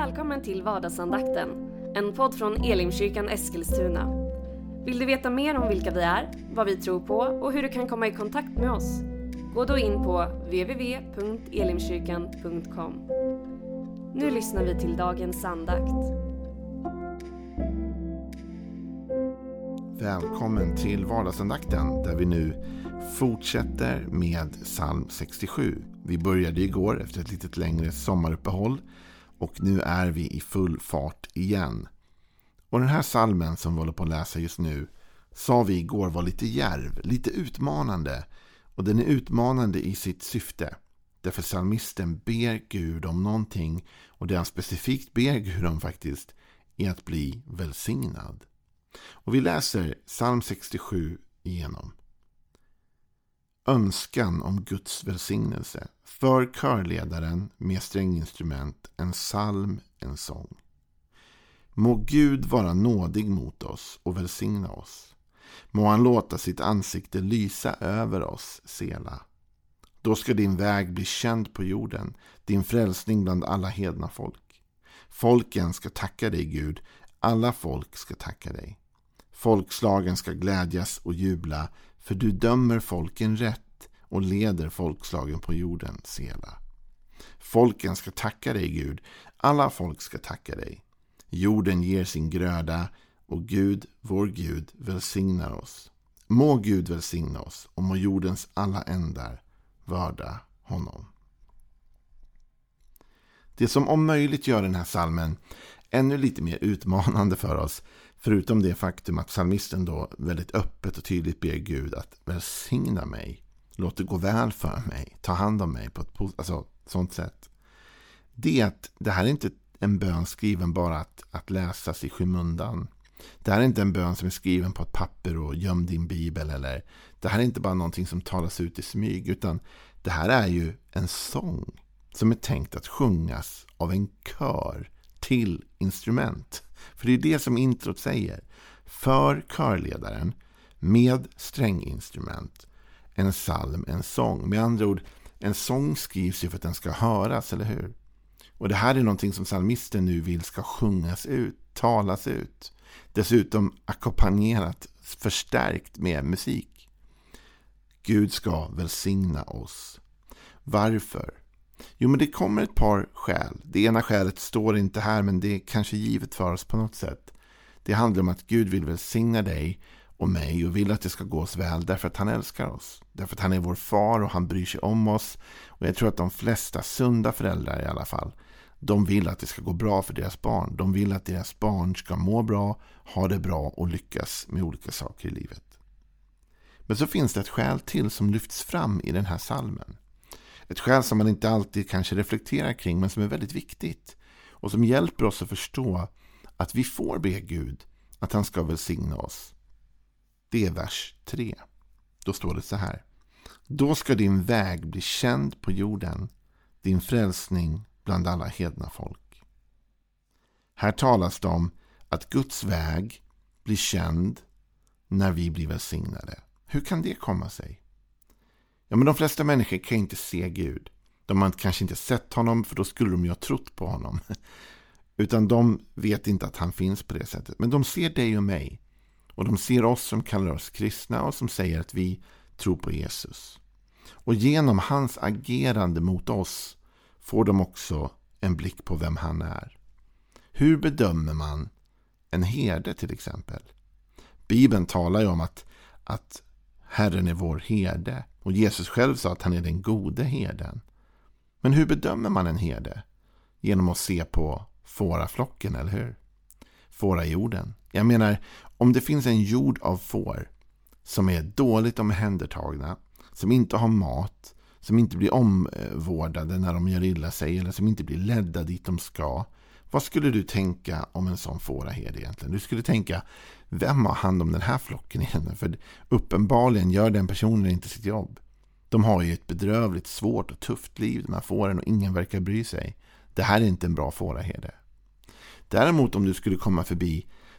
Välkommen till vardagsandakten, en podd från Elimkyrkan Eskilstuna. Vill du veta mer om vilka vi är, vad vi tror på och hur du kan komma i kontakt med oss? Gå då in på www.elimkyrkan.com. Nu lyssnar vi till dagens andakt. Välkommen till vardagsandakten där vi nu fortsätter med psalm 67. Vi började igår efter ett lite längre sommaruppehåll och nu är vi i full fart igen. Och den här psalmen som vi håller på att läsa just nu sa vi igår var lite djärv, lite utmanande. Och den är utmanande i sitt syfte. Därför psalmisten ber Gud om någonting, och det han specifikt ber Gud om faktiskt är att bli välsignad. Och vi läser psalm 67 igenom. Önskan om Guds välsignelse. För körledaren med stränginstrument, en psalm, en sång. Må Gud vara nådig mot oss och välsigna oss. Må han låta sitt ansikte lysa över oss, Sela. Då ska din väg bli känd på jorden, din frälsning bland alla hedna folk. Folken ska tacka dig, Gud, alla folk ska tacka dig. Folkslagen ska glädjas och jubla, för du dömer folken rätt och leder folkslagen på jorden, Sela. Folken ska tacka dig, Gud, alla folk ska tacka dig. Jorden ger sin gröda, och Gud, vår Gud, välsignar oss. Må Gud välsigna oss, och må jordens alla ändar vörda honom. Det som om möjligt gör den här psalmen ännu lite mer utmanande för oss, förutom det faktum att psalmisten då väldigt öppet och tydligt ber Gud att välsigna mig, låt det gå väl för mig, ta hand om mig på ett sånt sätt. Det är att det här är inte en bön skriven bara att läsas i skymundan. Det här är inte en bön som är skriven på ett papper och gömd i en bibel, eller det här är inte bara någonting som talas ut i smyg, utan det här är ju en sång som är tänkt att sjungas av en kör till instrument. För det är det som introt säger. För körledaren med stränginstrument, en psalm, en sång. Med andra ord, en sång skrivs ju för att den ska höras, eller hur? Och det här är någonting som psalmisten nu vill ska sjungas ut, talas ut. Dessutom ackompanjerat, förstärkt med musik. Gud ska välsigna oss. Varför? Jo, men det kommer ett par skäl. Det ena skälet står inte här, men det är kanske givet för oss på något sätt. Det handlar om att Gud vill välsigna dig och mig och vill att det ska gå oss väl därför att han älskar oss. Därför att han är vår far och han bryr sig om oss. Och jag tror att de flesta sunda föräldrar i alla fall, de vill att det ska gå bra för deras barn. De vill att deras barn ska må bra, ha det bra och lyckas med olika saker i livet. Men så finns det ett skäl till som lyfts fram i den här psalmen. Ett skäl som man inte alltid kanske reflekterar kring, men som är väldigt viktigt. Och som hjälper oss att förstå att vi får be Gud att han ska välsigna oss. Det är vers 3. Då står det så här. Då ska din väg bli känd på jorden, din frälsning bland alla hedna folk. Här talas det om att Guds väg blir känd när vi blir välsignade. Hur kan det komma sig? Ja, men de flesta människor kan inte se Gud. De har kanske inte sett honom, för då skulle de ju ha trott på honom. Utan de vet inte att han finns på det sättet. Men de ser dig och mig. Och de ser oss som kallar oss kristna och som säger att vi tror på Jesus. Och genom hans agerande mot oss får de också en blick på vem han är. Hur bedömer man en herde till exempel? Bibeln talar ju om att Herren är vår herde. Och Jesus själv sa att han är den gode herden. Men hur bedömer man en herde? Genom att se på fåraflocken, eller hur? Fårajorden. Jag menar, om det finns en jord av får som är dåligt omhändertagna, som inte har mat, som inte blir omvårdade när de gör illa sig, eller som inte blir ledda dit de ska, vad skulle du tänka om en sån fåraherde egentligen? Du skulle tänka, vem har hand om den här flocken egentligen? För uppenbarligen gör den personen inte sitt jobb. De har ju ett bedrövligt, svårt och tufft liv, de här fåren, och ingen verkar bry sig. Det här är inte en bra fåraherde. Däremot om du skulle komma förbi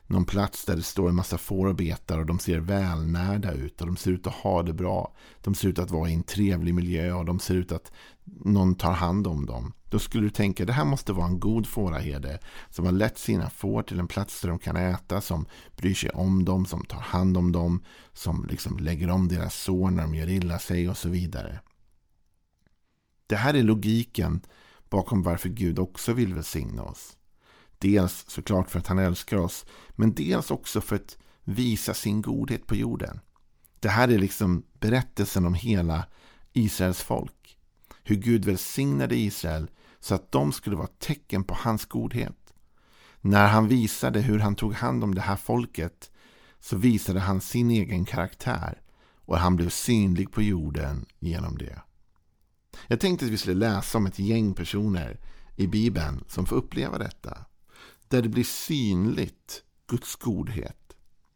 någon plats där det står en massa får och betar och de ser välnärda ut och de ser ut att ha det bra. De ser ut att vara i en trevlig miljö och de ser ut att någon tar hand om dem. Då skulle du tänka, det här måste vara en god fåraherde som har lett sina får till en plats där de kan äta, som bryr sig om dem, som tar hand om dem, som liksom lägger om deras sår när de gör illa sig och så vidare. Det här är logiken bakom varför Gud också vill välsigna oss. Dels såklart för att han älskar oss, men dels också för att visa sin godhet på jorden. Det här är liksom berättelsen om hela Israels folk. Hur Gud välsignade Israel så att de skulle vara tecken på hans godhet. När han visade hur han tog hand om det här folket så visade han sin egen karaktär och han blev synlig på jorden genom det. Jag tänkte att vi skulle läsa om ett gäng personer i Bibeln som får uppleva detta. Där det blir synligt Guds godhet.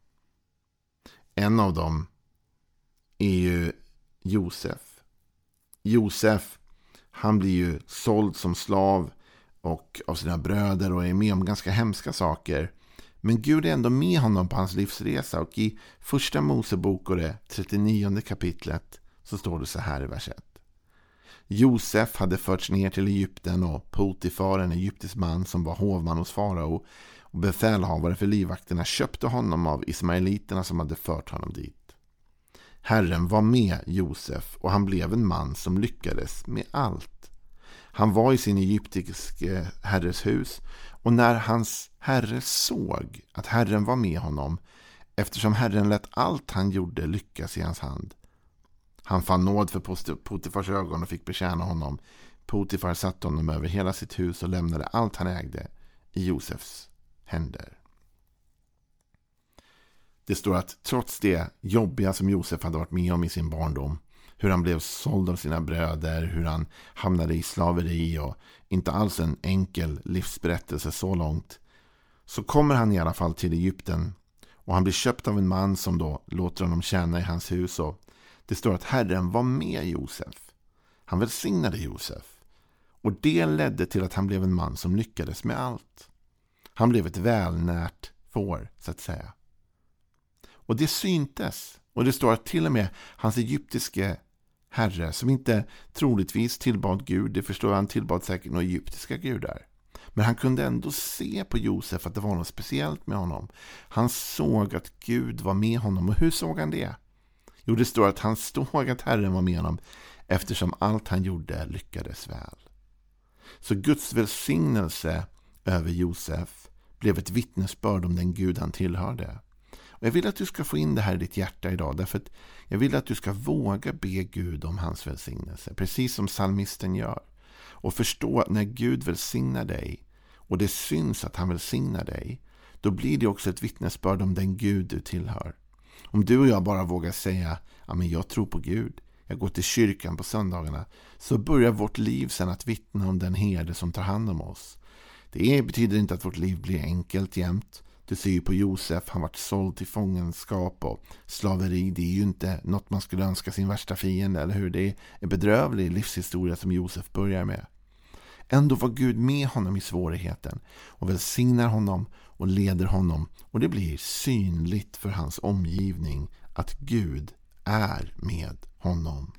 En av dem är ju Josef. Josef, han blir ju såld som slav och av sina bröder och är med om ganska hemska saker. Men Gud är ändå med honom på hans livsresa, och i första Mosebok och det 39 kapitlet så står det så här i vers 1. Josef hade förts ner till Egypten och Potifar, en egyptisk man som var hovman hos farao och befälhavare för livvakterna, köpte honom av ismaeliterna som hade fört honom dit. Herren var med Josef och han blev en man som lyckades med allt. Han var i sin egyptiske herres hus, och när hans herre såg att Herren var med honom, eftersom Herren lät allt han gjorde lyckas i hans hand, han fann nåd för Potifars ögon och fick betjäna honom. Potifar satte honom över hela sitt hus och lämnade allt han ägde i Josefs händer. Det står att trots det jobbiga som Josef hade varit med om i sin barndom, hur han blev såld av sina bröder, hur han hamnade i slaveri och inte alls en enkel livsberättelse så långt, så kommer han i alla fall till Egypten och han blir köpt av en man som då låter honom tjäna i hans hus. Och det står att Herren var med Josef. Han välsignade Josef. Och det ledde till att han blev en man som lyckades med allt. Han blev ett välnärt får, så att säga. Och det syntes. Och det står att till och med hans egyptiske herre, som inte troligtvis tillbad Gud, det förstår han tillbad säkert några egyptiska gudar. Men han kunde ändå se på Josef att det var något speciellt med honom. Han såg att Gud var med honom. Och hur såg han det? Jo, det står att han såg att Herren var med honom eftersom allt han gjorde lyckades väl. Så Guds välsignelse över Josef blev ett vittnesbörd om den Gud han tillhörde. Och jag vill att du ska få in det här i ditt hjärta idag, därför att jag vill att du ska våga be Gud om hans välsignelse, precis som psalmisten gör. Och förstå att när Gud välsignar dig, och det syns att han välsignar dig, då blir det också ett vittnesbörd om den Gud du tillhör. Om du och jag bara vågar säga, ja men jag tror på Gud, jag går till kyrkan på söndagarna, så börjar vårt liv sedan att vittna om den herde som tar hand om oss. Det betyder inte att vårt liv blir enkelt jämt. Du ser ju på Josef, han varit såld till fångenskap och slaveri. Det är ju inte något man skulle önska sin värsta fiende, eller hur? Det är en bedrövlig livshistoria som Josef börjar med. Ändå var Gud med honom i svårigheten och välsignar honom och leder honom, och det blir synligt för hans omgivning att Gud är med honom.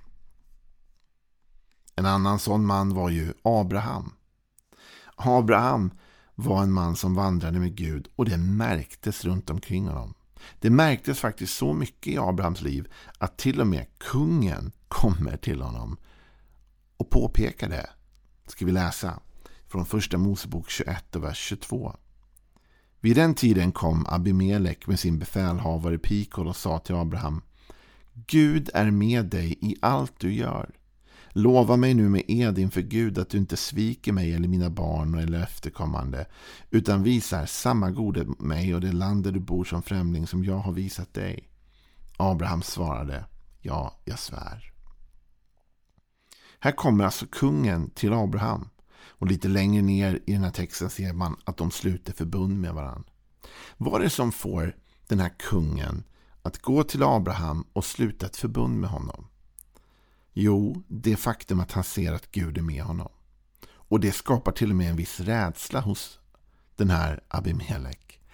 En annan sån man var ju Abraham. Abraham var en man som vandrade med Gud, och det märktes runt omkring honom. Det märktes faktiskt så mycket i Abrahams liv att till och med kungen kommer till honom och påpekar det. Ska vi läsa från första Mosebok 21 och vers 22. Vid den tiden kom Abimelek med sin befälhavare Pikol och sa till Abraham: Gud är med dig i allt du gör. Lova mig nu med ed inför Gud att du inte sviker mig eller mina barn eller efterkommande, utan visar samma godhet mot mig och det land där du bor som främling som jag har visat dig. Abraham svarade: ja, jag svär. Här kommer alltså kungen till Abraham, och lite längre ner i den här texten ser man att de sluter förbund med varandra. Vad är det som får den här kungen att gå till Abraham och sluta ett förbund med honom? Jo, det faktum att han ser att Gud är med honom. Och det skapar till och med en viss rädsla hos den här Abimelek.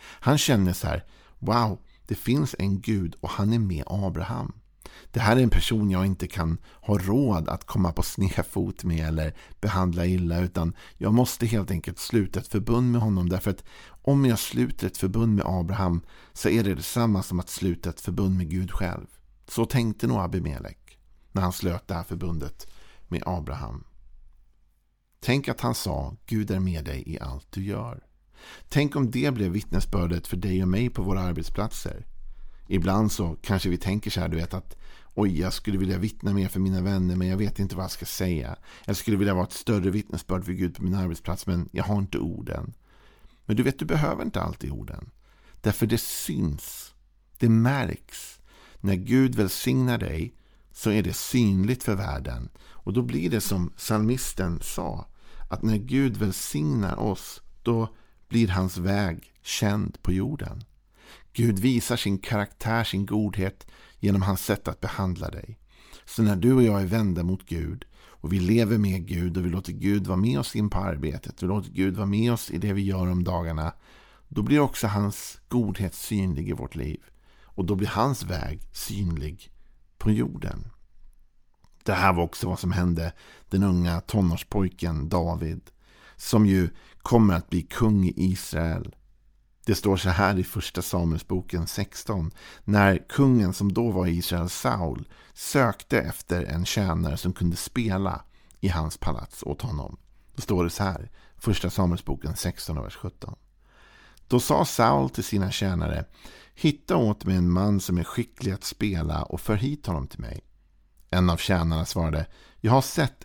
Han känner så här: wow, det finns en Gud och han är med Abraham. Det här är en person jag inte kan ha råd att komma på snedfot med eller behandla illa, utan jag måste helt enkelt sluta ett förbund med honom, därför att om jag sluter ett förbund med Abraham så är det detsamma som att sluta ett förbund med Gud själv. Så tänkte nog Abimelek när han slöt det här förbundet med Abraham. Tänk att han sa: Gud är med dig i allt du gör. Tänk om det blev vittnesbördet för dig och mig på våra arbetsplatser. Ibland så kanske vi tänker så här, du vet, att oj, jag skulle vilja vittna mer för mina vänner, men jag vet inte vad jag ska säga. Jag skulle vilja vara ett större vittnesbörd för Gud på min arbetsplats, men jag har inte orden. Men du vet, du behöver inte alltid orden. Därför det syns. Det märks. När Gud välsignar dig så är det synligt för världen. Och då blir det som psalmisten sa, att när Gud välsignar oss, då blir hans väg känd på jorden. Gud visar sin karaktär, sin godhet genom hans sätt att behandla dig. Så när du och jag är vända mot Gud och vi lever med Gud och vi låter Gud vara med oss in på arbetet, vi låter Gud vara med oss i det vi gör om dagarna, då blir också hans godhet synlig i vårt liv. Och då blir hans väg synlig på jorden. Det här var också vad som hände den unga tonårspojken David, som ju kommer att bli kung i Israel. Det står så här i första Samuelsboken 16. När kungen som då var i Israel, Saul, sökte efter en tjänare som kunde spela i hans palats åt honom. Då står det så här, första Samuelsboken 16, vers 17. Då sa Saul till sina tjänare: hitta åt mig en man som är skicklig att spela och för hit honom till mig. En av tjänarna svarade: jag har sett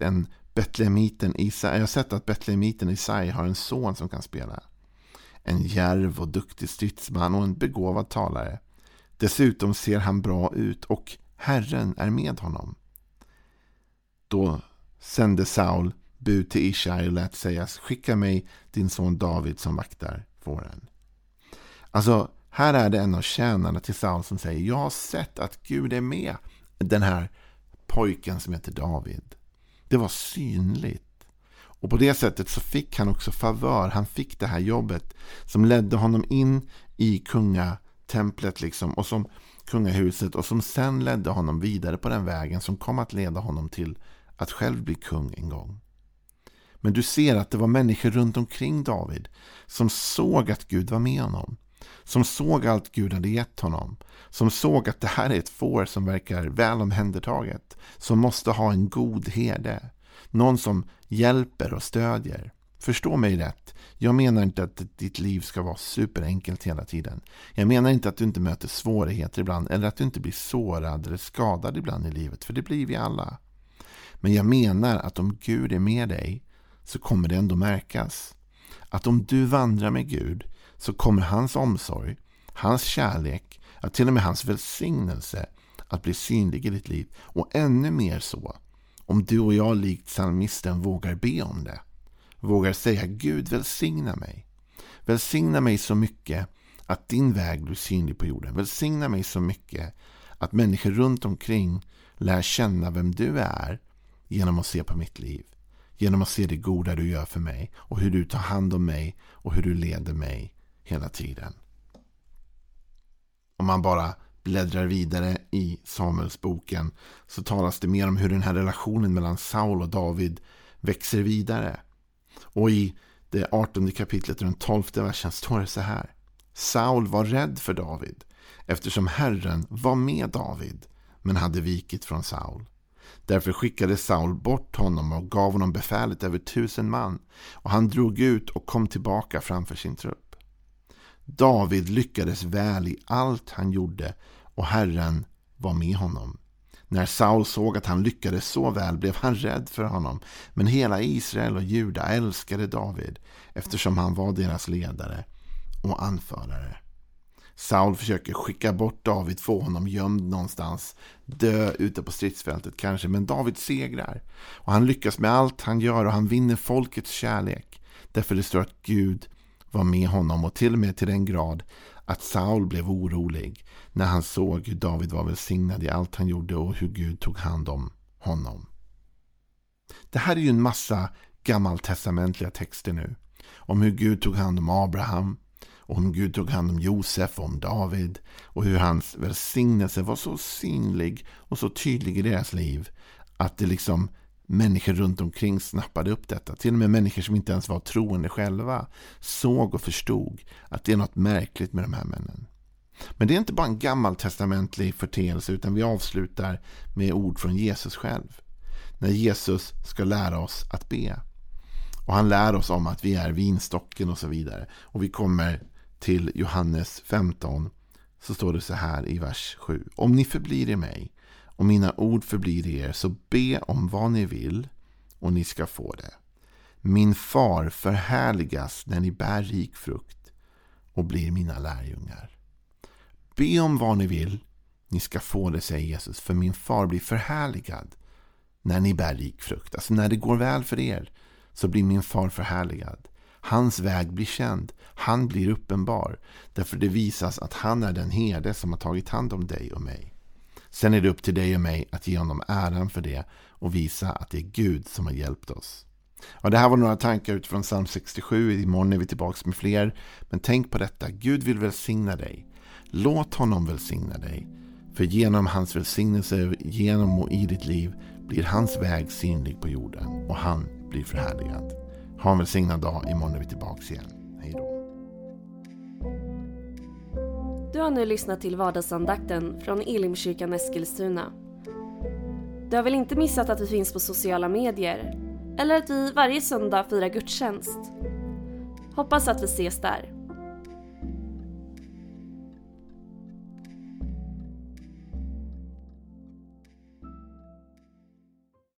att Betlehemiten Isai har en son som kan spela. En djärv och duktig stridsman och en begåvad talare. Dessutom ser han bra ut och Herren är med honom. Då sände Saul bud till Ishai och lät sägas: skicka mig din son David som vaktar fåren. Alltså, här är det en av tjänarna till Saul som säger: jag har sett att Gud är med den här pojken som heter David. Det var synligt. Och på det sättet så fick han också favör. Han fick det här jobbet som ledde honom in i kungatemplet liksom, och som kungahuset, och som sen ledde honom vidare på den vägen som kom att leda honom till att själv bli kung en gång. Men du ser att det var människor runt omkring David som såg att Gud var med honom. Som såg allt Gud hade gett honom. Som såg att det här är ett får som verkar väl omhändertaget. Som måste ha en god herde. Någon som hjälper och stödjer. Förstå mig rätt. Jag menar inte att ditt liv ska vara superenkelt hela tiden. Jag menar inte att du inte möter svårigheter ibland. Eller att du inte blir sårad eller skadad ibland i livet. För det blir vi alla. Men jag menar att om Gud är med dig så kommer det ändå märkas. Att om du vandrar med Gud så kommer hans omsorg, hans kärlek, att till och med hans välsignelse att bli synlig i ditt liv. Och ännu mer så, om du och jag likt psalmisten vågar be om det. Vågar säga: Gud, välsigna mig. Välsigna mig så mycket att din väg blir synlig på jorden. Välsigna mig så mycket att människor runt omkring lär känna vem du är genom att se på mitt liv. Genom att se det goda du gör för mig och hur du tar hand om mig och hur du leder mig hela tiden. Om man bara bläddrar vidare i Samuelsboken så talas det mer om hur den här relationen mellan Saul och David växer vidare. Och i det 18 kapitlet och den 12:e versen står det så här: Saul var rädd för David eftersom Herren var med David men hade vikit från Saul. Därför skickade Saul bort honom och gav honom befälet över 1000 man, och han drog ut och kom tillbaka framför sin trupp. David lyckades väl i allt han gjorde och Herren var med honom. När Saul såg att han lyckades så väl blev han rädd för honom, men hela Israel och Juda älskade David eftersom han var deras ledare och anförare. Saul försöker skicka bort David, få honom gömd någonstans, dö ute på stridsfältet kanske, men David segrar och han lyckas med allt han gör och han vinner folkets kärlek. Därför det står att Gud var med honom, och till och med till den grad att Saul blev orolig när han såg hur David var välsignad i allt han gjorde och hur Gud tog hand om honom. Det här är ju en massa gammaltestamentliga texter nu om hur Gud tog hand om Abraham och om Gud tog hand om Josef och om David och hur hans välsignelse var så synlig och så tydlig i deras liv att det liksom människor runt omkring snappade upp detta. Till och med människor som inte ens var troende själva såg och förstod att det är något märkligt med de här männen. Men det är inte bara en gammaltestamentlig förteelse, utan vi avslutar med ord från Jesus själv. När Jesus ska lära oss att be. Och han lär oss om att vi är vinstocken och så vidare. Och vi kommer till Johannes 15, så står det så här i vers 7. Om ni förblir i mig och mina ord förblir i er, så be om vad ni vill och ni ska få det. Min far förhärligas när ni bär rik frukt och blir mina lärjungar. Be om vad ni vill, ni ska få det, säger Jesus, för min far blir förhärligad när ni bär rik frukt. Alltså när det går väl för er så blir min far förhärligad. Hans väg blir känd, han blir uppenbar, därför det visas att han är den herde som har tagit hand om dig och mig. Sen är det upp till dig och mig att ge honom äran för det och visa att det är Gud som har hjälpt oss. Ja, det här var några tankar utifrån psalm 67. Imorgon är vi tillbaka med fler. Men tänk på detta, Gud vill välsigna dig. Låt honom välsigna dig. För genom hans välsignelse, genom och i ditt liv, blir hans väg synlig på jorden och han blir förhärligad. Ha en välsignad dag, imorgon är vi tillbaka igen. Hej då. Du har nu lyssnat till vardagsandakten från Elimkyrkan Eskilstuna. Du har väl inte missat att vi finns på sociala medier? Eller att vi varje söndag firar gudstjänst? Hoppas att vi ses där.